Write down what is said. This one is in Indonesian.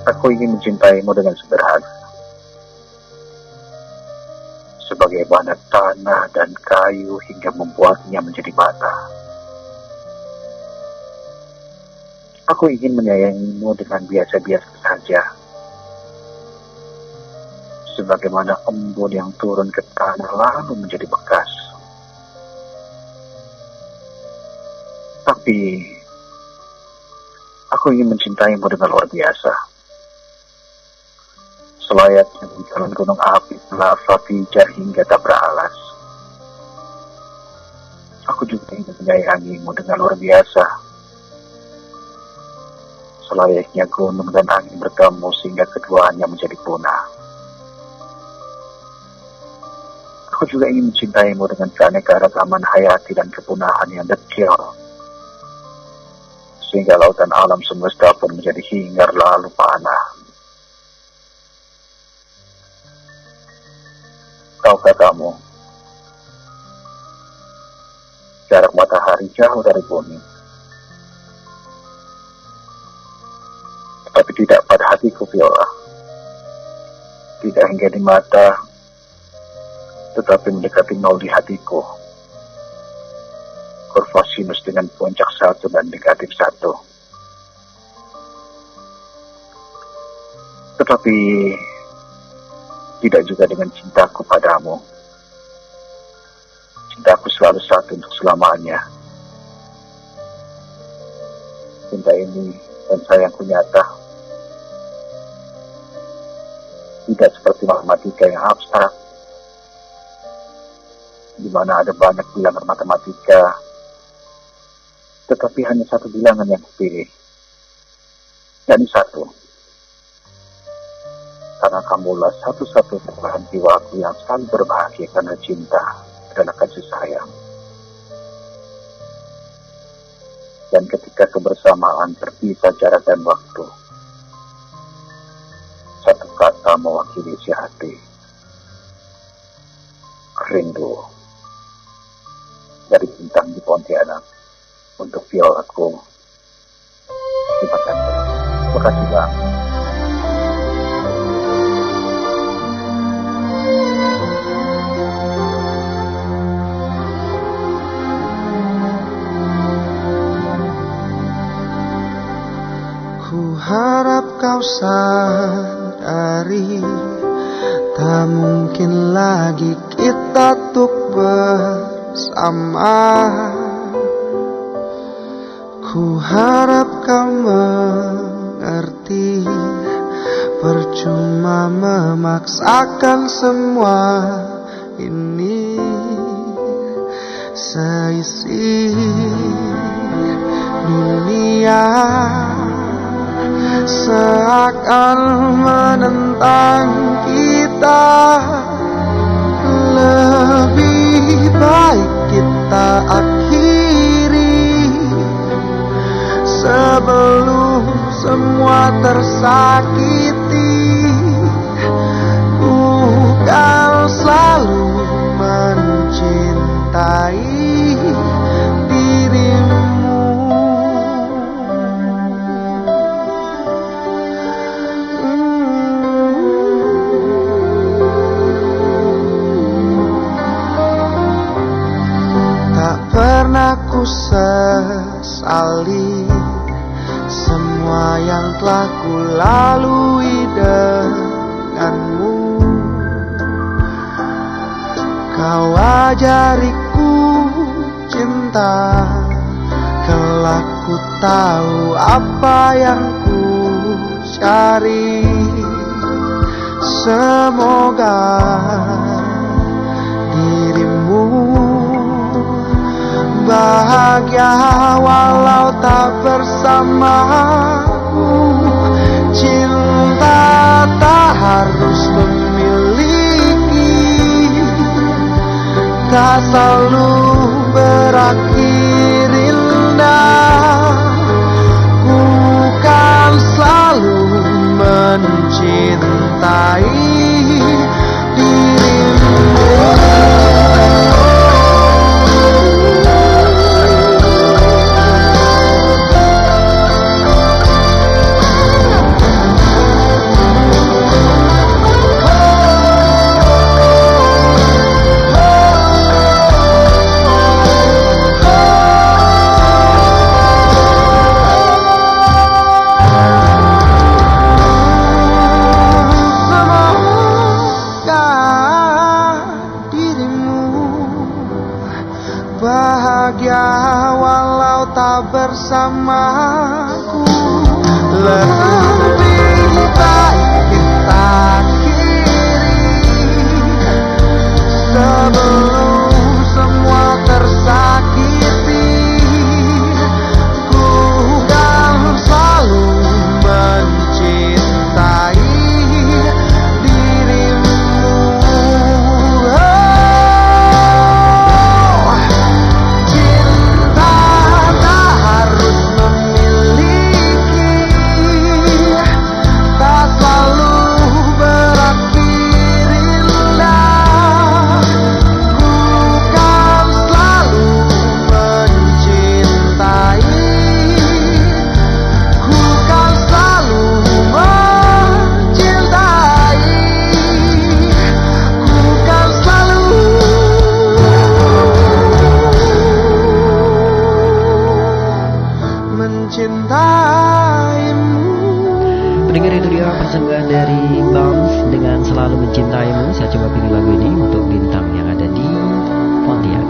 Aku ingin mencintaimu dengan sederhana, sebagaimana tanah dan kayu hingga membuatnya menjadi bata. Aku ingin menyayangimu dengan biasa-biasa saja, sebagaimana embun yang turun ke tanah lalu menjadi bekas. Tapi aku ingin mencintaimu dengan luar biasa, selayaknya jalan gunung api lava pijar hingga tak beralas. Aku juga ingin menyayangimu dengan luar biasa, selayaknya gunung dan angin bertemu sehingga keduanya menjadi punah. Aku juga ingin mencintaimu dengan keanekaragaman hayati dan kepunahan yang detail, sehingga lautan alam semesta pun menjadi hingar lalu panah. Tahukah kamu, jarak matahari jauh dari bumi, tetapi tidak pada hatiku, Viola. Tidak hingga di mata, tetapi mendekati nol di hatiku. Kurva sinus dengan puncak 1 dan negatif 1. Tetapi tidak juga dengan cintaku padamu. Cintaku selalu satu untuk selamanya. Cinta ini dan sayangku nyata. Tidak seperti matematika yang abstrak, di mana ada banyak bilangan matematika, tetapi hanya satu bilangan yang kupilih. Dan satu. Karena kamulah satu-satunya belahan jiwaku yang selalu berbahagia karena cinta dan kasih sayang. Dan ketika kebersamaan terpisah jarak dan waktu, satu kata mewakili isi hati: rindu. Dari bintang di Pontianak untuk Violaku. Terima kasih. Terima kasih banget. Harap kau sadari, tak mungkin lagi kita tuk bersama. Ku harap kau mengerti, percuma memaksakan semua ini. Seisi dunia seakan menentang kita. Lebih baik kita akhiri sebelum semua tersakiti. Bukan selalu mencintai dirimu. Pernah ku sesali semua yang telah ku lalui denganmu. Kau ajariku cinta, kelak ku tahu apa yang ku cari. Semoga dirimu bahagia walau tak bersamaku. Cinta tak harus memiliki, tak selalu berakhir indah. Bukan selalu mencintai dirimu. bersamaku. Lebih baik kita akhiri sebelum semua tersakiti. Ku kan selalu mencintai dirimu. Cinta tak harus memiliki, tak selalu berakhir indah. Ku kan selalu mencintai, ku kan selalu mencintai, ku kan selalu mencintaimu. Pendengar, itu dia persembahan dari Bams dengan Selalu Mencintaimu. Saya coba pilih lagu ini untuk bintang yang ada di Pontianak.